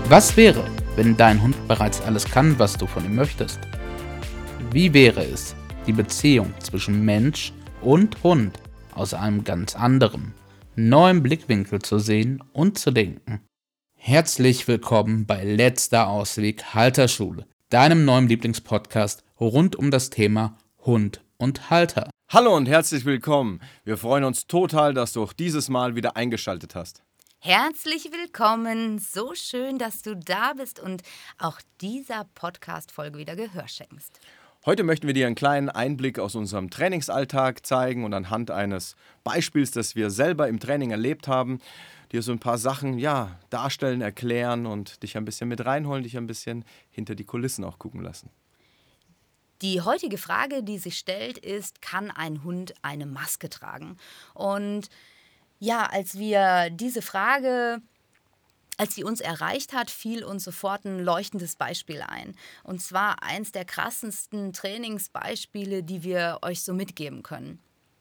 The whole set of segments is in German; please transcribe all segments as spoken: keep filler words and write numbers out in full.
Was wäre, wenn dein Hund bereits alles kann, was du von ihm möchtest? Wie wäre es, die Beziehung zwischen Mensch und Hund aus einem ganz anderen, neuen Blickwinkel zu sehen und zu denken? Herzlich willkommen bei Letzter Ausweg Halterschule, deinem neuen Lieblingspodcast rund um das Thema Hund und Halter. Hallo und herzlich willkommen. Wir freuen uns total, dass du auch dieses Mal wieder eingeschaltet hast. Herzlich willkommen. So schön, dass du da bist und auch dieser Podcast-Folge wieder Gehör schenkst. Heute möchten wir dir einen kleinen Einblick aus unserem Trainingsalltag zeigen und anhand eines Beispiels, das wir selber im Training erlebt haben, dir so ein paar Sachen ja, darstellen, erklären und dich ein bisschen mit reinholen, dich ein bisschen hinter die Kulissen auch gucken lassen. Die heutige Frage, die sich stellt, ist, kann ein Hund eine Maske tragen? Und ja, als wir diese Frage, als sie uns erreicht hat, fiel uns sofort ein leuchtendes Beispiel ein. Und zwar eins der krassesten Trainingsbeispiele, die wir euch so mitgeben können.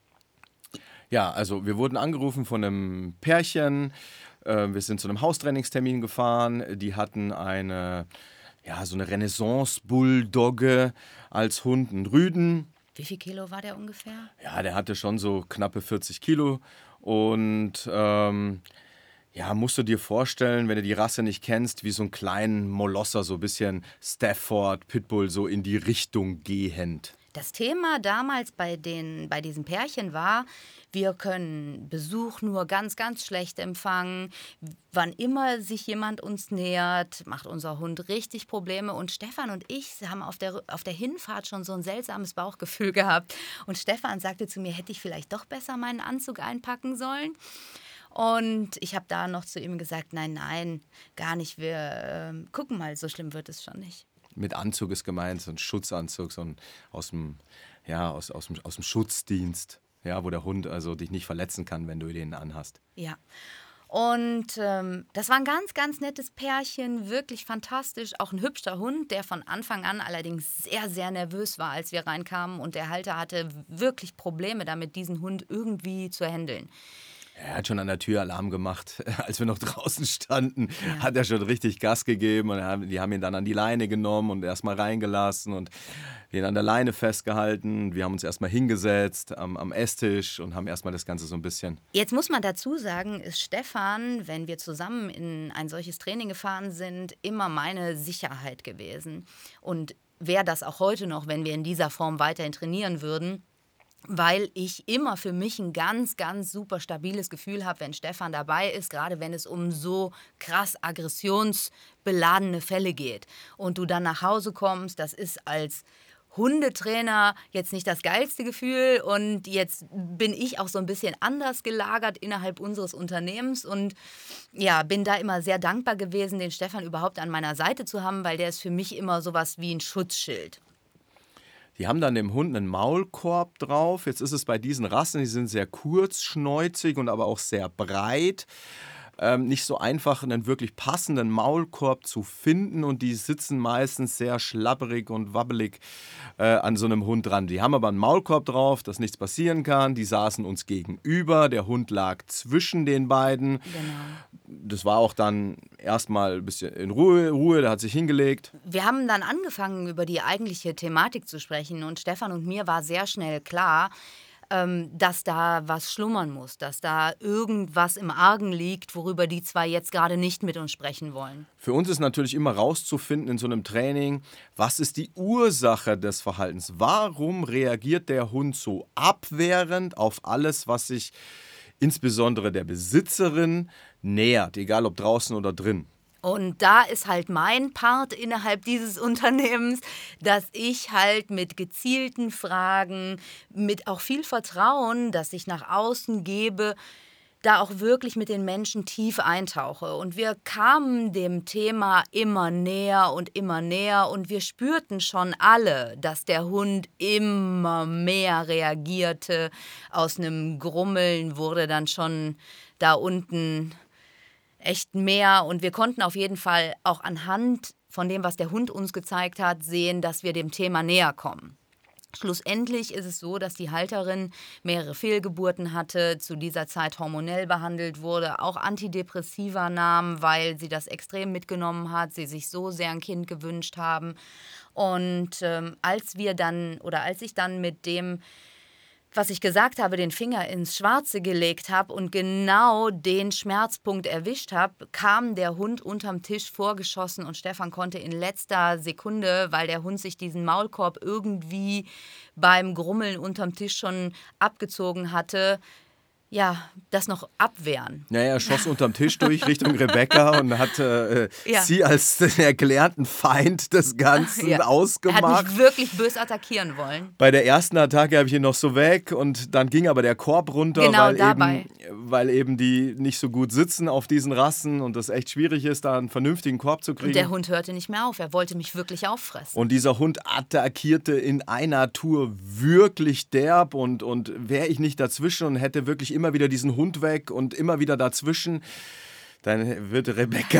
Ja, also wir wurden angerufen von einem Pärchen. Äh, wir sind zu einem Haustrainingstermin gefahren. Die hatten eine, ja, so eine Renaissance-Bulldogge als Hund, einen Rüden. Wie viel Kilo war der ungefähr? Ja, der hatte schon so knappe vierzig Kilo. Und ähm, ja, musst du dir vorstellen, wenn du die Rasse nicht kennst, wie so einen kleinen Molosser, so ein bisschen Stafford, Pitbull, so in die Richtung gehend. Das Thema damals bei, den, bei diesem Pärchen war, wir können Besuch nur ganz, ganz schlecht empfangen. Wann immer sich jemand uns nähert, macht unser Hund richtig Probleme. Und Stefan und ich haben auf der, auf der Hinfahrt schon so ein seltsames Bauchgefühl gehabt. Und Stefan sagte zu mir, hätte ich vielleicht doch besser meinen Anzug einpacken sollen? Und ich habe da noch zu ihm gesagt, nein, nein, gar nicht. Wir äh, gucken mal, so schlimm wird es schon nicht. Mit Anzug ist gemeint, so ein Schutzanzug, so ein aus dem, ja, aus, aus, dem, aus dem Schutzdienst, ja, wo der Hund also dich nicht verletzen kann, wenn du den anhast. Ja. Und ähm, das war ein ganz, ganz nettes Pärchen, wirklich fantastisch. Auch ein hübscher Hund, der von Anfang an allerdings sehr, sehr nervös war, als wir reinkamen. Und der Halter hatte wirklich Probleme damit, diesen Hund irgendwie zu handeln. Er hat schon an der Tür Alarm gemacht, als wir noch draußen standen, Ja. hat er schon richtig Gas gegeben und die haben ihn dann an die Leine genommen und erstmal reingelassen und ihn an der Leine festgehalten. Wir haben uns erstmal hingesetzt am, am Esstisch und haben erstmal das Ganze so ein bisschen... Jetzt muss man dazu sagen, ist Stefan, wenn wir zusammen in ein solches Training gefahren sind, immer meine Sicherheit gewesen. Und wäre das auch heute noch, wenn wir in dieser Form weiterhin trainieren würden, weil ich immer für mich ein ganz, ganz super stabiles Gefühl habe, wenn Stefan dabei ist, gerade wenn es um so krass aggressionsbeladene Fälle geht. Und du dann nach Hause kommst, das ist als Hundetrainer jetzt nicht das geilste Gefühl. Und jetzt bin ich auch so ein bisschen anders gelagert innerhalb unseres Unternehmens. Und ja, bin da immer sehr dankbar gewesen, den Stefan überhaupt an meiner Seite zu haben, weil der ist für mich immer sowas wie ein Schutzschild. Die haben dann dem Hund einen Maulkorb drauf. Jetzt ist es bei diesen Rassen, die sind sehr kurzschnäuzig und aber auch sehr breit. Ähm, nicht so einfach, einen wirklich passenden Maulkorb zu finden und die sitzen meistens sehr schlapperig und wabbelig äh, an so einem Hund dran. Die haben aber einen Maulkorb drauf, dass nichts passieren kann. Die saßen uns gegenüber, der Hund lag zwischen den beiden. Genau. Das war auch dann erstmal ein bisschen in Ruhe, Ruhe, der hat sich hingelegt. Wir haben dann angefangen, über die eigentliche Thematik zu sprechen und Stefan und mir war sehr schnell klar, ähm, dass da was schlummern muss, dass da irgendwas im Argen liegt, worüber die zwei jetzt gerade nicht mit uns sprechen wollen. Für uns ist natürlich immer rauszufinden in so einem Training, was ist die Ursache des Verhaltens? Warum reagiert der Hund so abwehrend auf alles, was sich insbesondere der Besitzerin nähert, egal ob draußen oder drin? Und da ist halt mein Part innerhalb dieses Unternehmens, dass ich halt mit gezielten Fragen, mit auch viel Vertrauen, das ich nach außen gebe, da auch wirklich mit den Menschen tief eintauche. Und wir kamen dem Thema immer näher und immer näher und wir spürten schon alle, dass der Hund immer mehr reagierte. Aus einem Grummeln wurde dann schon da unten echt mehr und wir konnten auf jeden Fall auch anhand von dem, was der Hund uns gezeigt hat, sehen, dass wir dem Thema näher kommen. Schlussendlich ist es so, dass die Halterin mehrere Fehlgeburten hatte, zu dieser Zeit hormonell behandelt wurde, auch Antidepressiva nahm, weil sie das extrem mitgenommen hat, sie sich so sehr ein Kind gewünscht haben. Und ähm, als wir dann oder als ich dann mit dem, was ich gesagt habe, den Finger ins Schwarze gelegt habe und genau den Schmerzpunkt erwischt habe, kam der Hund unterm Tisch vorgeschossen und Stefan konnte in letzter Sekunde, weil der Hund sich diesen Maulkorb irgendwie beim Grummeln unterm Tisch schon abgezogen hatte, ja, das noch abwehren. Naja, er schoss unterm Tisch durch Richtung Rebecca und hat äh, Ja. sie als den erklärten Feind des Ganzen Ja. Er ausgemacht. hat mich wirklich bös attackieren wollen. Bei der ersten Attacke habe ich ihn noch so weg und dann ging aber der Korb runter, Genau weil, dabei. eben, weil eben die nicht so gut sitzen auf diesen Rassen und das echt schwierig ist, da einen vernünftigen Korb zu kriegen. Und der Hund hörte nicht mehr auf. Er wollte mich wirklich auffressen. Und dieser Hund attackierte in einer Tour wirklich derb und, und wäre ich nicht dazwischen und hätte wirklich immer wieder diesen Hund weg und immer wieder dazwischen, dann würde Rebecca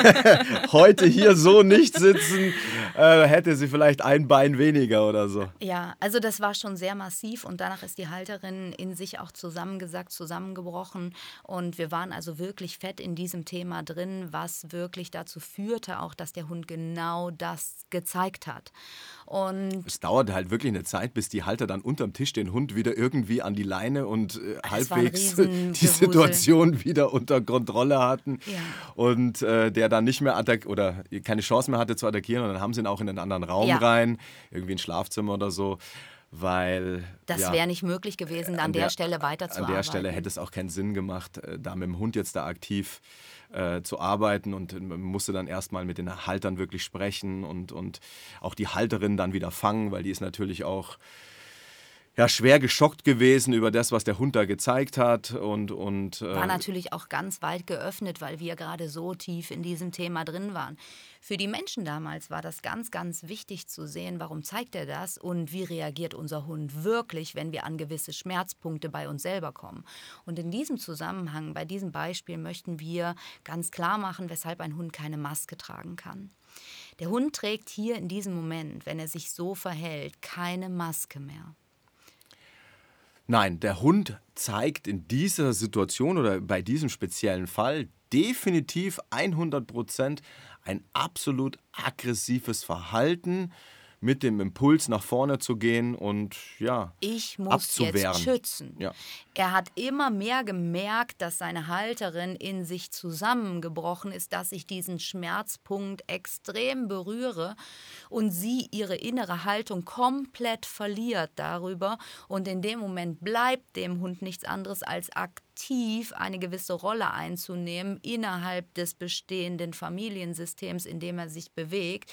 heute hier so nicht sitzen, äh, hätte sie vielleicht ein Bein weniger oder so. Ja, also das war schon sehr massiv und danach ist die Halterin in sich auch zusammengesackt, zusammengebrochen und wir waren also wirklich fett in diesem Thema drin, was wirklich dazu führte auch, dass der Hund genau das gezeigt hat. Und Es dauerte halt wirklich eine Zeit, bis die Halter dann unterm Tisch den Hund wieder irgendwie an die Leine und äh, Das war ein halbwegs die Riesengewusel. Situation wieder unter Kontrolle hatten Ja. und äh, der dann nicht mehr attack oder keine Chance mehr hatte zu attackieren und dann haben sie ihn auch in einen anderen Raum Ja. rein, irgendwie ein Schlafzimmer oder so, weil das ja, wäre nicht möglich gewesen, an, an der, der- Stelle weiterzuarbeiten. an der Stelle hätte es auch keinen Sinn gemacht, äh, da mit dem Hund jetzt da aktiv äh, zu arbeiten und äh, man musste dann erstmal mit den Haltern wirklich sprechen und, und auch die Halterin dann wieder fangen, weil die ist natürlich auch ja, schwer geschockt gewesen über das, was der Hund da gezeigt hat und, und äh, War natürlich auch ganz weit geöffnet, weil wir gerade so tief in diesem Thema drin waren. Für die Menschen damals war das ganz, ganz wichtig zu sehen, warum zeigt er das und wie reagiert unser Hund wirklich, wenn wir an gewisse Schmerzpunkte bei uns selber kommen. Und in diesem Zusammenhang, bei diesem Beispiel, möchten wir ganz klar machen, weshalb ein Hund keine Maske tragen kann. Der Hund trägt hier in diesem Moment, wenn er sich so verhält, keine Maske mehr. Nein, der Hund zeigt in dieser Situation oder bei diesem speziellen Fall definitiv hundert Prozent ein absolut aggressives Verhalten mit dem Impuls nach vorne zu gehen und ja, Ich muss abzuwehren. jetzt schützen. Ja. Er hat immer mehr gemerkt, dass seine Halterin in sich zusammengebrochen ist, dass ich diesen Schmerzpunkt extrem berühre und sie ihre innere Haltung komplett verliert darüber. Und in dem Moment bleibt dem Hund nichts anderes als aktiv eine gewisse Rolle einzunehmen innerhalb des bestehenden Familiensystems, in dem er sich bewegt.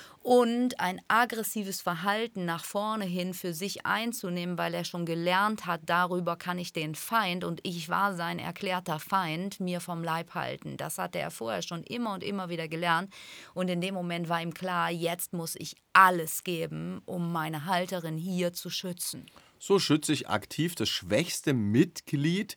Und ein aggressives Verhalten nach vorne hin für sich einzunehmen, weil er schon gelernt hat, darüber kann ich den Feind, und ich war sein erklärter Feind, mir vom Leib halten. Das hatte er vorher schon immer und immer wieder gelernt. Und in dem Moment war ihm klar, jetzt muss ich alles geben, um meine Halterin hier zu schützen. So schütze ich aktiv das schwächste Mitglied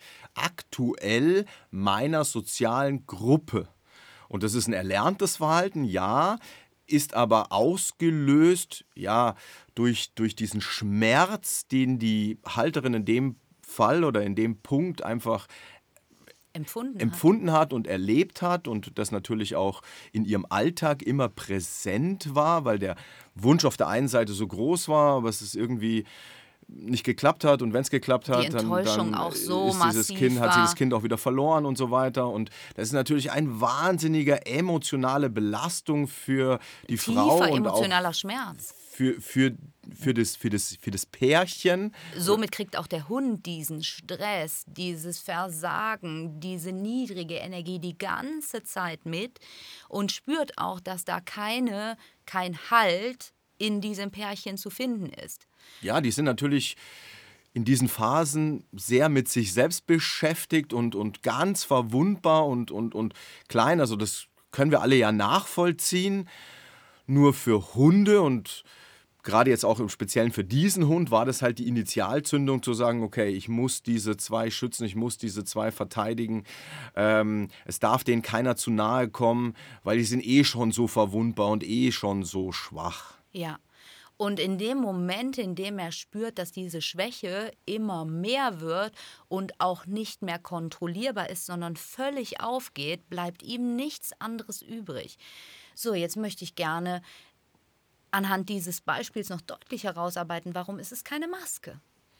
aktuell meiner sozialen Gruppe. Und das ist ein erlerntes Verhalten, ja, ist aber ausgelöst ja, durch, durch diesen Schmerz, den die Halterin in dem Fall oder in dem Punkt einfach Empfunden, empfunden hat und erlebt hat und das natürlich auch in ihrem Alltag immer präsent war, weil der Wunsch auf der einen Seite so groß war, aber es ist irgendwie nicht geklappt hat und wenn es geklappt hat, Die dann, Enttäuschung dann auch so ist dieses massiv kind, hat sich war. das Kind auch wieder verloren und so weiter und das ist natürlich eine wahnsinnige emotionale Belastung für die Tiefer Frau und auch emotionaler Schmerz. für, für, für, das, für, das, für das Pärchen. Somit kriegt auch der Hund diesen Stress, dieses Versagen, diese niedrige Energie die ganze Zeit mit und spürt auch, dass da keine, kein Halt in diesem Pärchen zu finden ist. Ja, die sind natürlich in diesen Phasen sehr mit sich selbst beschäftigt und, und ganz verwundbar und, und, und klein. Also das können wir alle ja nachvollziehen. Nur für Hunde und gerade jetzt auch im Speziellen für diesen Hund war das halt die Initialzündung zu sagen, okay, ich muss diese zwei schützen, ich muss diese zwei verteidigen. Ähm, es darf denen keiner zu nahe kommen, weil die sind eh schon so verwundbar und eh schon so schwach. Ja. Und in dem Moment, in dem er spürt, dass diese Schwäche immer mehr wird und auch nicht mehr kontrollierbar ist, sondern völlig aufgeht, bleibt ihm nichts anderes übrig. So, jetzt möchte ich gerne anhand dieses Beispiels noch deutlich herausarbeiten, warum ist es keine Maske?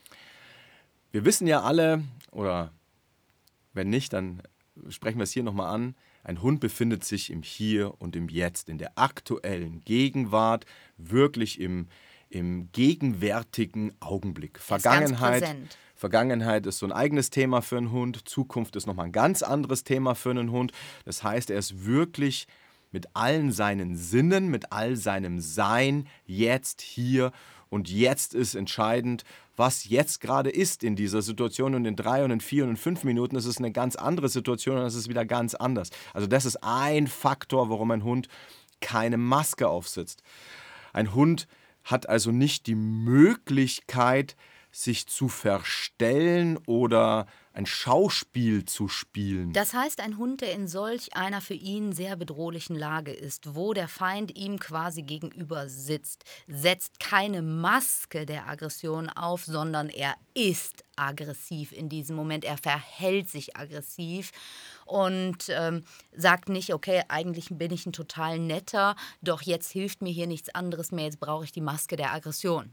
Wir wissen ja alle, oder wenn nicht, dann sprechen wir es hier nochmal an, ein Hund befindet sich im Hier und im Jetzt, in der aktuellen Gegenwart, wirklich im, im gegenwärtigen Augenblick. Vergangenheit, präsent. Vergangenheit ist so ein eigenes Thema für einen Hund, Zukunft ist nochmal ein ganz anderes Thema für einen Hund. Das heißt, er ist wirklich mit allen seinen Sinnen, mit all seinem Sein jetzt hier und jetzt ist entscheidend, was jetzt gerade ist in dieser Situation und in drei und in vier und in fünf Minuten ist es eine ganz andere Situation und es ist wieder ganz anders. Also das ist ein Faktor, warum ein Hund keine Maske aufsetzt. Ein Hund hat also nicht die Möglichkeit, sich zu verstellen oder ein Schauspiel zu spielen. Das heißt, ein Hund, der in solch einer für ihn sehr bedrohlichen Lage ist, wo der Feind ihm quasi gegenüber sitzt, setzt keine Maske der Aggression auf, sondern er ist aggressiv in diesem Moment. Er verhält sich aggressiv und ähm, sagt nicht, okay, eigentlich bin ich ein total netter, doch jetzt hilft mir hier nichts anderes mehr, jetzt brauche ich die Maske der Aggression.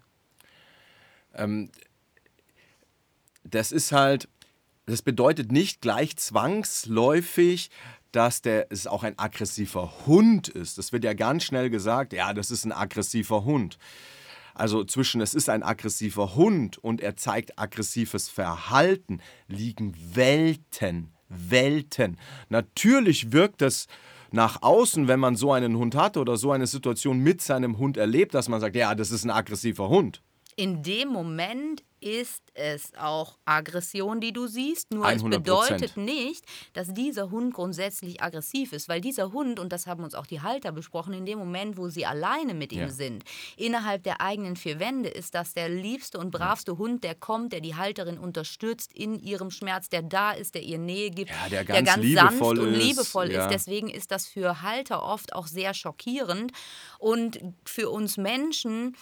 Ähm, das ist halt, das bedeutet nicht gleich zwangsläufig, dass der es auch ein aggressiver Hund ist. Das wird ja ganz schnell gesagt, ja, das ist ein aggressiver Hund. Also zwischen es ist ein aggressiver Hund und er zeigt aggressives Verhalten liegen Welten, Welten. Natürlich wirkt es nach außen, wenn man so einen Hund hat oder so eine Situation mit seinem Hund erlebt, dass man sagt, ja, das ist ein aggressiver Hund. In dem Moment ist es auch Aggression, die du siehst, nur es hundert Prozent. bedeutet nicht, dass dieser Hund grundsätzlich aggressiv ist, weil dieser Hund, und das haben uns auch die Halter besprochen, in dem Moment, wo sie alleine mit ihm Ja. sind, innerhalb der eigenen vier Wände, ist das der liebste und bravste Hund, der kommt, der die Halterin unterstützt in ihrem Schmerz, der da ist, der ihr Nähe gibt, Ja, der der ganz ganz liebevoll sanft und ist, liebevoll ja. ist. Deswegen ist das für Halter oft auch sehr schockierend und für uns Menschen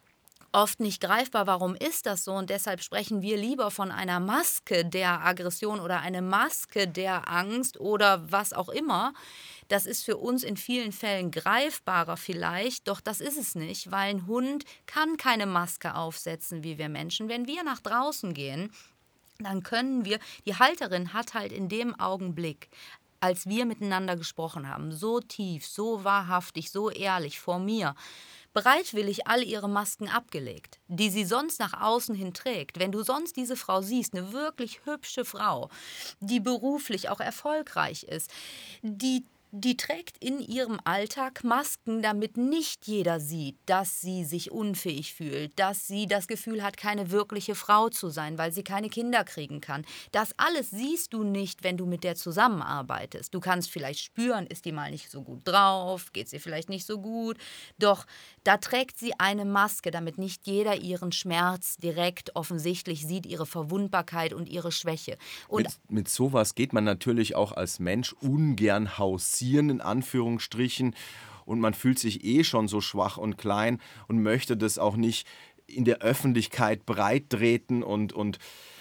oft nicht greifbar, warum ist das so? Und deshalb sprechen wir lieber von einer Maske der Aggression oder eine Maske der Angst oder was auch immer. Das ist für uns in vielen Fällen greifbarer vielleicht, doch das ist es nicht, weil ein Hund kann keine Maske aufsetzen wie wir Menschen. Wenn wir nach draußen gehen, dann können wir, die Halterin hat halt in dem Augenblick, als wir miteinander gesprochen haben, so tief, so wahrhaftig, so ehrlich vor mir, bereitwillig all ihre Masken abgelegt, die sie sonst nach außen hin trägt. Wenn du sonst diese Frau siehst, eine wirklich hübsche Frau, die beruflich auch erfolgreich ist, die Die trägt in ihrem Alltag Masken, damit nicht jeder sieht, dass sie sich unfähig fühlt, dass sie das Gefühl hat, keine wirkliche Frau zu sein, weil sie keine Kinder kriegen kann. Das alles siehst du nicht, wenn du mit der zusammenarbeitest. Du kannst vielleicht spüren, ist die mal nicht so gut drauf, geht sie vielleicht nicht so gut. Doch da trägt sie eine Maske, damit nicht jeder ihren Schmerz direkt offensichtlich sieht, ihre Verwundbarkeit und ihre Schwäche. Und Mit, mit sowas geht man natürlich auch als Mensch ungern hausieren, in Anführungsstrichen. Und man fühlt sich eh schon so schwach und klein und möchte das auch nicht in der Öffentlichkeit breittreten und, und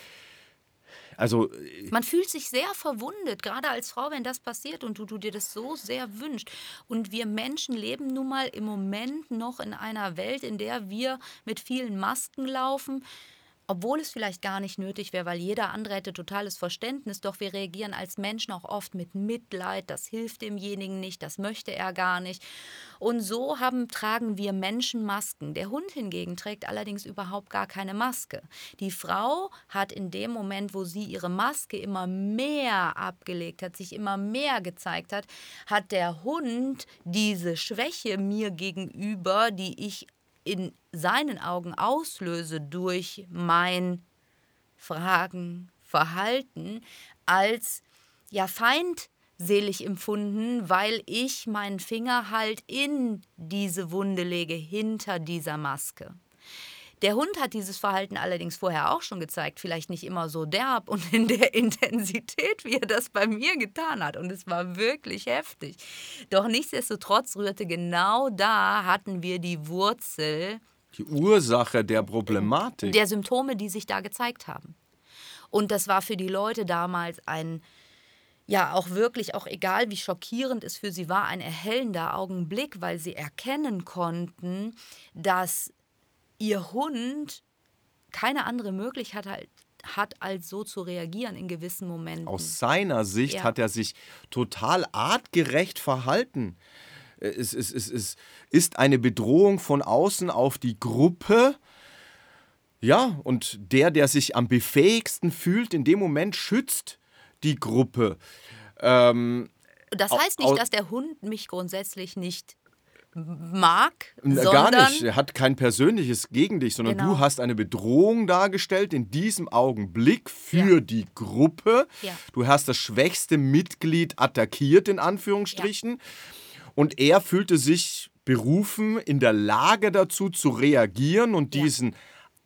also man fühlt sich sehr verwundet, gerade als Frau, wenn das passiert und du, du dir das so sehr wünschst. Und wir Menschen leben nun mal im Moment noch in einer Welt, in der wir mit vielen Masken laufen, obwohl es vielleicht gar nicht nötig wäre, weil jeder andere hätte totales Verständnis, doch wir reagieren als Menschen auch oft mit Mitleid, das hilft demjenigen nicht, das möchte er gar nicht. Und so haben, tragen wir Menschen Masken. Der Hund hingegen trägt allerdings überhaupt gar keine Maske. Die Frau hat in dem Moment, wo sie ihre Maske immer mehr abgelegt hat, sich immer mehr gezeigt hat, hat der Hund diese Schwäche mir gegenüber, die ich in seinen Augen auslöse durch mein Fragen, Verhalten, als ja feindselig empfunden, weil ich meinen Finger halt in diese Wunde lege, hinter dieser Maske. Der Hund hat dieses Verhalten allerdings vorher auch schon gezeigt, vielleicht nicht immer so derb und in der Intensität, wie er das bei mir getan hat. Und es war wirklich heftig. Doch nichtsdestotrotz rührte genau da, hatten wir die Wurzel Die Ursache der Problematik. Der Symptome, die sich da gezeigt haben. Und das war für die Leute damals ein, ja auch wirklich, auch egal wie schockierend es für sie war, ein erhellender Augenblick, weil sie erkennen konnten, dass ihr Hund keine andere Möglichkeit hat, hat, als so zu reagieren in gewissen Momenten. Aus seiner Sicht Ja. hat er sich total artgerecht verhalten. Es, es, es, es ist eine Bedrohung von außen auf die Gruppe. Ja, und der, der sich am befähigsten fühlt, in dem Moment schützt die Gruppe. Ähm, Das au- heißt au- nicht, dass der Hund mich grundsätzlich nicht mag, N- sondern Gar nicht. Er hat kein Persönliches gegen dich, sondern Genau. du hast eine Bedrohung dargestellt in diesem Augenblick für Ja. die Gruppe. Ja. Du hast das schwächste Mitglied attackiert, in Anführungsstrichen. Und er fühlte sich berufen, in der Lage dazu zu reagieren und Ja. diesen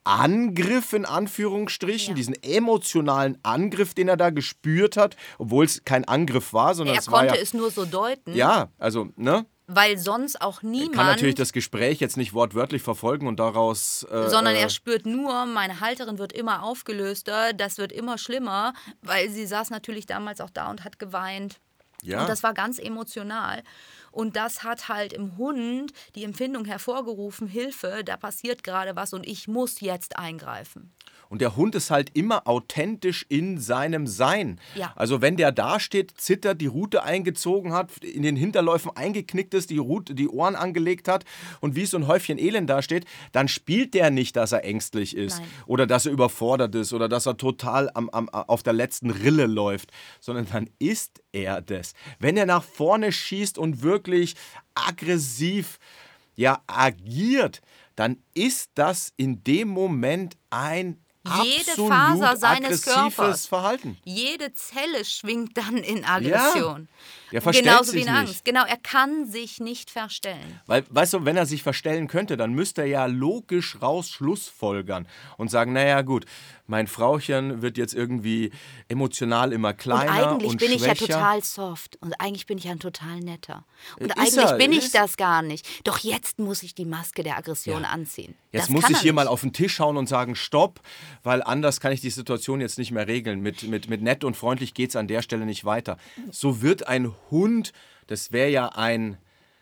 Angriff in Anführungsstrichen, Ja. diesen emotionalen Angriff, den er da gespürt hat, obwohl es kein Angriff war, sondern er es war konnte ja, es nur so deuten, ja, also, ne? weil sonst auch Kann natürlich niemand, das Gespräch jetzt nicht wortwörtlich verfolgen und daraus. Äh, sondern äh, er spürt nur, meine Halterin wird immer aufgelöster, das wird immer schlimmer, weil sie saß natürlich damals auch da und hat geweint. ja. Und das war ganz emotional. Und das hat halt im Hund die Empfindung hervorgerufen, Hilfe, da passiert gerade was und ich muss jetzt eingreifen. Und der Hund ist halt immer authentisch in seinem Sein. Ja. Also wenn der da steht, zittert, die Rute eingezogen hat, in den Hinterläufen eingeknickt ist, die, Rute, die Ohren angelegt hat und wie so ein Häufchen Elend da steht, dann spielt der nicht, dass er ängstlich ist. Nein. Oder dass er überfordert ist oder dass er total am, am, auf der letzten Rille läuft, sondern dann ist er das. Wenn er nach vorne schießt und wirklich aggressiv ja, agiert, dann ist das in dem Moment ein Jede absolut Faser seines aggressives Körpers. Verhalten. Jede Zelle schwingt dann in Aggression. Der verstellt Genauso sich wie in Angst. nicht. Genau, er kann sich nicht verstellen. Weil, weißt du, wenn er sich verstellen könnte, dann müsste er ja logisch raus Schlussfolgern und sagen, naja gut, mein Frauchen wird jetzt irgendwie emotional immer Und kleiner eigentlich und bin ich ja schwächer. total soft und eigentlich bin ich ja ein total netter. Und Ist eigentlich er, bin ich ist- das gar nicht. Doch jetzt muss ich die Maske der Aggression Ja. anziehen. Jetzt das muss kann ich er hier nicht. mal auf den Tisch hauen und sagen, stopp, weil anders kann ich die Situation jetzt nicht mehr regeln. Mit, mit, mit nett und freundlich geht es an der Stelle nicht weiter. So wird ein Hund, das wäre ja ein,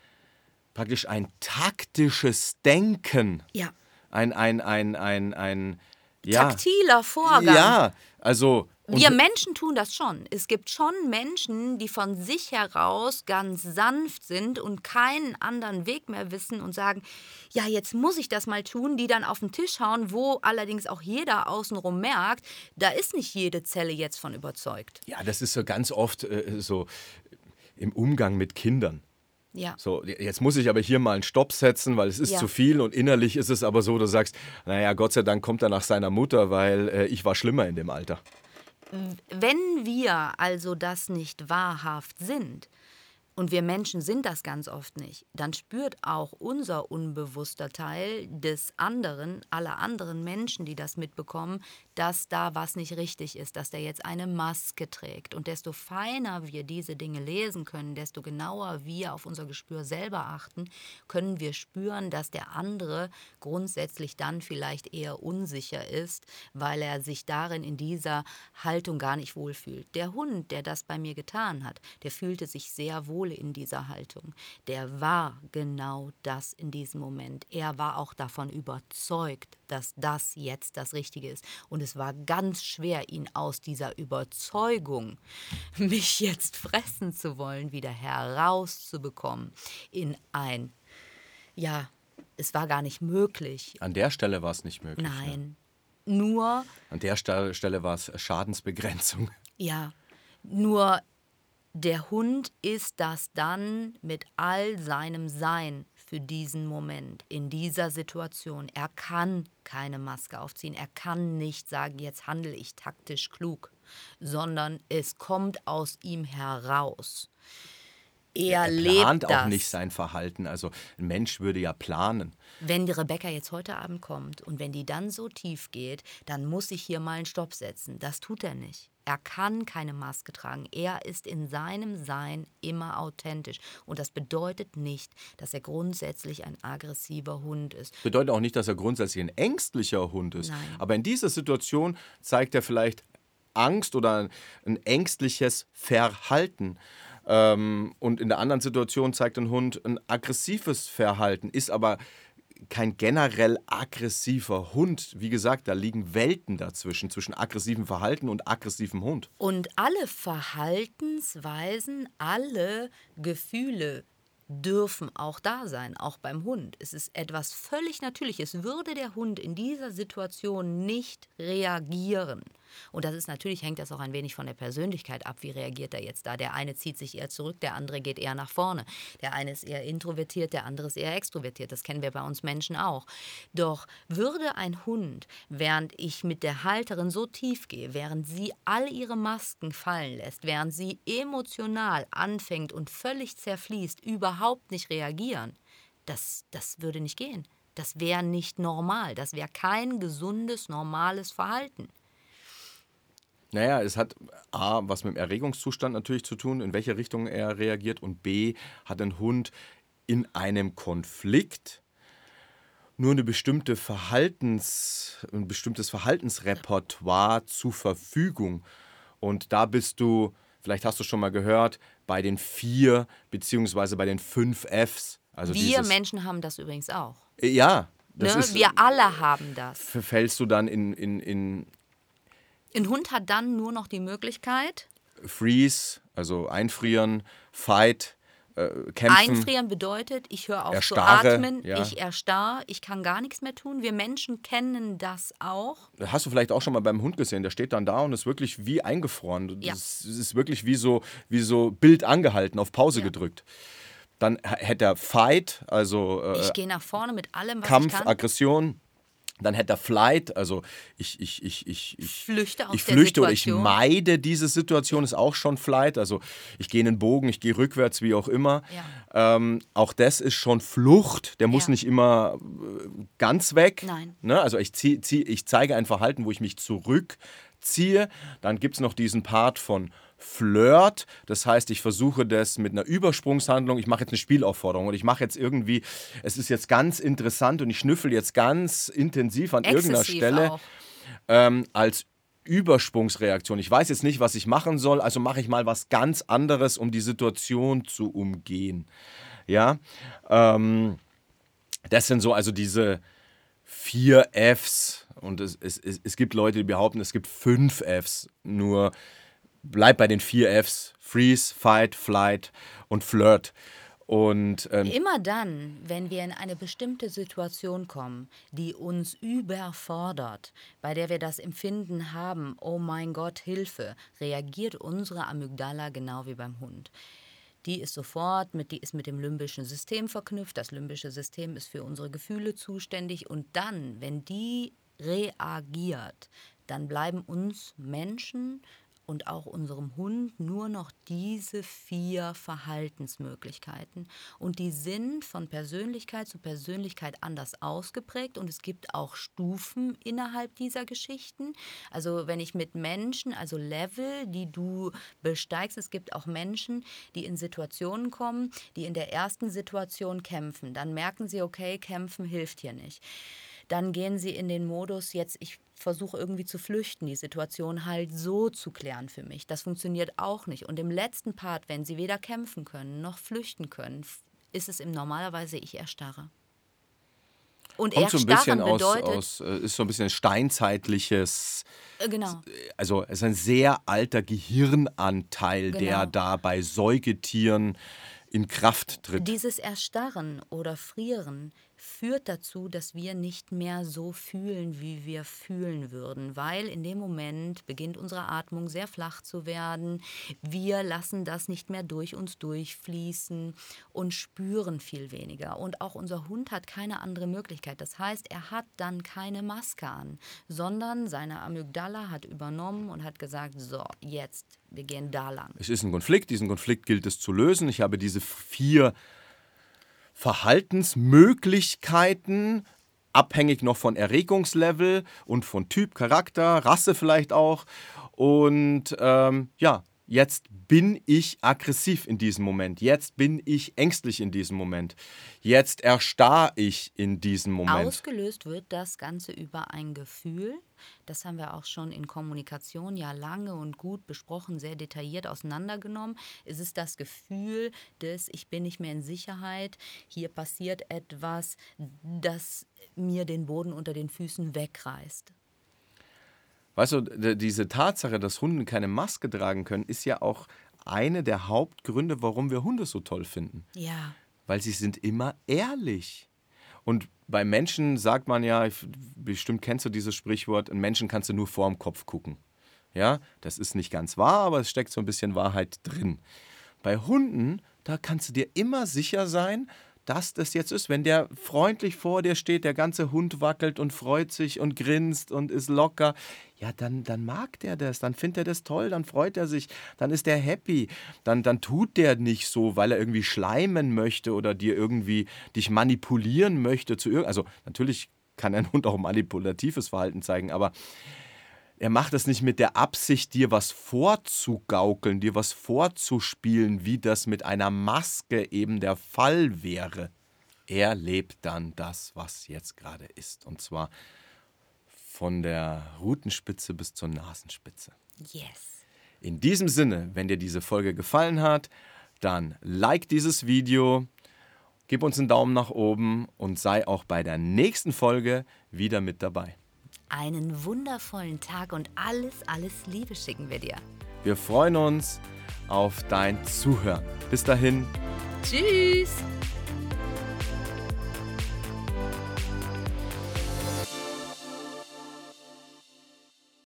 praktisch ein taktisches Denken. Ja. Ein, ein, ein, ein, ein, ja. Taktiler Vorgang. Ja, also. und- Wir Menschen tun das schon. Es gibt schon Menschen, die von sich heraus ganz sanft sind und keinen anderen Weg mehr wissen und sagen, ja, jetzt muss ich das mal tun, die dann auf den Tisch hauen, wo allerdings auch jeder außenrum merkt, da ist nicht jede Zelle jetzt von überzeugt. Ja, das ist so ganz oft äh, so im Umgang mit Kindern. Ja. So, jetzt muss ich aber hier mal einen Stopp setzen, weil es ist Ja. zu viel und innerlich ist es aber so, du sagst, naja, Gott sei Dank kommt er nach seiner Mutter, weil äh, ich war schlimmer in dem Alter. Wenn wir also das nicht wahrhaft sind, und wir Menschen sind das ganz oft nicht, dann spürt auch unser unbewusster Teil des anderen, aller anderen Menschen, die das mitbekommen, dass da was nicht richtig ist, dass der jetzt eine Maske trägt. Und desto feiner wir diese Dinge lesen können, desto genauer wir auf unser Gespür selber achten, können wir spüren, dass der andere grundsätzlich dann vielleicht eher unsicher ist, weil er sich darin in dieser Haltung gar nicht wohlfühlt. Der Hund, der das bei mir getan hat, der fühlte sich sehr wohl in dieser Haltung. Der war genau das in diesem Moment. Er war auch davon überzeugt, dass das jetzt das Richtige ist. Und es war ganz schwer, ihn aus dieser Überzeugung, mich jetzt fressen zu wollen, wieder herauszubekommen in ein, ja, es war gar nicht möglich. An der Stelle war es nicht möglich. Nein, nur, Ja. An der Sta- Stelle war es Schadensbegrenzung. ja, nur der Hund ist das dann mit all seinem Sein für diesen Moment, in dieser Situation. Er kann keine Maske aufziehen. Er kann nicht sagen, jetzt handle ich taktisch klug, sondern es kommt aus ihm heraus. Er er lebt plant auch das. nicht sein Verhalten. Also ein Mensch würde ja planen. Wenn die Rebecca jetzt heute Abend kommt und wenn die dann so tief geht, dann muss ich hier mal einen Stopp setzen. Das tut er nicht. Er kann keine Maske tragen. Er ist in seinem Sein immer authentisch. Und das bedeutet nicht, dass er grundsätzlich ein aggressiver Hund ist. Bedeutet auch nicht, dass er grundsätzlich ein ängstlicher Hund ist. Nein. Aber in dieser Situation zeigt er vielleicht Angst oder ein, ein ängstliches Verhalten. Ähm, und in der anderen Situation zeigt ein Hund ein aggressives Verhalten, ist aber kein generell aggressiver Hund. Wie gesagt, da liegen Welten dazwischen, zwischen aggressivem Verhalten und aggressivem Hund. Und alle Verhaltensweisen, alle Gefühle dürfen auch da sein, auch beim Hund. Es ist etwas völlig Natürliches. Würde der Hund in dieser Situation nicht reagieren, und das ist natürlich, hängt das auch ein wenig von der Persönlichkeit ab, wie reagiert er jetzt da. Der eine zieht sich eher zurück, der andere geht eher nach vorne. Der eine ist eher introvertiert, der andere ist eher extrovertiert. Das kennen wir bei uns Menschen auch. Doch würde ein Hund, während ich mit der Halterin so tief gehe, während sie all ihre Masken fallen lässt, während sie emotional anfängt und völlig zerfließt, überhaupt nicht reagieren, das, das würde nicht gehen. Das wäre nicht normal. Das wäre kein gesundes, normales Verhalten. Naja, es hat A, was mit dem Erregungszustand natürlich zu tun, in welche Richtung er reagiert. Und B, hat ein Hund in einem Konflikt nur eine bestimmte Verhaltens, ein bestimmtes Verhaltensrepertoire zur Verfügung. Und da bist du, vielleicht hast du schon mal gehört, bei den vier beziehungsweise bei den fünf Fs. Also Wir dieses, Menschen haben das übrigens auch. Ja, das Ne? ist, Wir alle haben das. verfällst du dann in, in, in Ein Hund hat dann nur noch die Möglichkeit, Freeze, also einfrieren, Fight, äh, kämpfen. einfrieren bedeutet, ich höre auf Erstarre, zu atmen, ja. ich erstarre, ich kann gar nichts mehr tun. Wir Menschen kennen das auch. Hast du vielleicht auch schon mal beim Hund gesehen, der steht dann da und ist wirklich wie eingefroren. Ja. Das ist wirklich wie so, wie so Bild angehalten, auf Pause Ja. gedrückt. Dann h- hätte er Fight, also äh, Ich gehe nach vorne mit allem, was Kampf, ich kann. Aggression. Dann hätte er Flight, also ich, ich, ich, ich, ich Flüchte aus ich der flüchte oder ich Situation. meide diese Situation, ist auch schon Flight. Also ich gehe in den Bogen, ich gehe rückwärts, wie auch immer. Ja. Ähm, auch das ist schon Flucht. Der muss Ja. nicht immer äh, ganz weg. Nein. Ne? Also ich, zieh, zieh, ich zeige ein Verhalten, wo ich mich zurückziehe. Dann gibt es noch diesen Part von Flirt, das heißt, ich versuche das mit einer Übersprungshandlung, ich mache jetzt eine Spielaufforderung und ich mache jetzt irgendwie, es ist jetzt ganz interessant und ich schnüffel jetzt ganz intensiv an irgendeiner Exzessiv Stelle auch. ähm, als Übersprungsreaktion. Ich weiß jetzt nicht, was ich machen soll, also mache ich mal was ganz anderes, um die Situation zu umgehen. Ja, ähm, das sind so also diese vier Fs und es, es, es, es gibt Leute, die behaupten, es gibt fünf Fs, nur bleib bei den vier Fs, Freeze, Fight, Flight und Flirt. Und ähm, Immer dann, wenn wir in eine bestimmte Situation kommen, die uns überfordert, bei der wir das Empfinden haben, oh mein Gott, Hilfe, reagiert unsere Amygdala genau wie beim Hund. Die ist sofort mit, die ist mit dem limbischen System verknüpft. Das limbische System ist für unsere Gefühle zuständig. Und dann, wenn die reagiert, dann bleiben uns Menschen und auch unserem Hund nur noch diese vier Verhaltensmöglichkeiten. Und die sind von Persönlichkeit zu Persönlichkeit anders ausgeprägt. Und es gibt auch Stufen innerhalb dieser Geschichten. Also wenn ich mit Menschen, also Level, die du besteigst, es gibt auch Menschen, die in Situationen kommen, die in der ersten Situation kämpfen. Dann merken sie, okay, kämpfen hilft hier nicht. Dann gehen sie in den Modus, jetzt ich versuche irgendwie zu flüchten, die Situation halt so zu klären für mich. Das funktioniert auch nicht. Und im letzten Part, wenn sie weder kämpfen können noch flüchten können, f- ist es im normalerweise, ich erstarre. Und kommt so ein erstarren bisschen aus, bedeutet, aus äh, ist so ein bisschen ein steinzeitliches, äh, genau, also es ist ein sehr alter Gehirnanteil, der Genau. da bei Säugetieren in Kraft tritt. dieses Erstarren oder Frieren führt dazu, dass wir nicht mehr so fühlen, wie wir fühlen würden, weil in dem Moment beginnt unsere Atmung sehr flach zu werden. Wir lassen das nicht mehr durch uns durchfließen und spüren viel weniger. Und auch unser Hund hat keine andere Möglichkeit. Das heißt, er hat dann keine Maske an, sondern seine Amygdala hat übernommen und hat gesagt, so, jetzt, wir gehen da lang. Es ist ein Konflikt, diesen Konflikt gilt es zu lösen. Ich habe diese vier Verhaltensmöglichkeiten, abhängig noch von Erregungslevel und von Typ, Charakter, Rasse vielleicht auch. Und ähm, ja, jetzt bin ich aggressiv in diesem Moment. Jetzt bin ich ängstlich in diesem Moment. Jetzt erstarre ich in diesem Moment. Ausgelöst wird das Ganze über ein Gefühl. Das haben wir auch schon in Kommunikation ja lange und gut besprochen, sehr detailliert auseinandergenommen. Es ist das Gefühl des, ich bin nicht mehr in Sicherheit, hier passiert etwas, das mir den Boden unter den Füßen wegreißt. Weißt du, d- diese Tatsache, dass Hunde keine Maske tragen können, ist ja auch eine der Hauptgründe, warum wir Hunde so toll finden. Ja. Weil sie sind immer ehrlich. Und bei Menschen sagt man ja, ich- bestimmt kennst du dieses Sprichwort, einen Menschen kannst du nur vorm Kopf gucken. Ja, das ist nicht ganz wahr, aber es steckt so ein bisschen Wahrheit drin. Bei Hunden, da kannst du dir immer sicher sein, dass das jetzt ist. Wenn der freundlich vor dir steht, der ganze Hund wackelt und freut sich und grinst und ist locker, ja, dann, dann mag der das, dann findet er das toll, dann freut er sich, dann ist der happy. Dann, dann tut der nicht so, weil er irgendwie schleimen möchte oder dir irgendwie dich manipulieren möchte zu irgend. Also natürlich kann ein Hund auch manipulatives Verhalten zeigen, aber er macht es nicht mit der Absicht, dir was vorzugaukeln, dir was vorzuspielen, wie das mit einer Maske eben der Fall wäre. Er lebt dann das, was jetzt gerade ist. Und zwar von der Rutenspitze bis zur Nasenspitze. Yes. In diesem Sinne, wenn dir diese Folge gefallen hat, dann like dieses Video, gib uns einen Daumen nach oben und sei auch bei der nächsten Folge wieder mit dabei. Einen wundervollen Tag und alles, alles Liebe schicken wir dir. Wir freuen uns auf dein Zuhören. Bis dahin. Tschüss!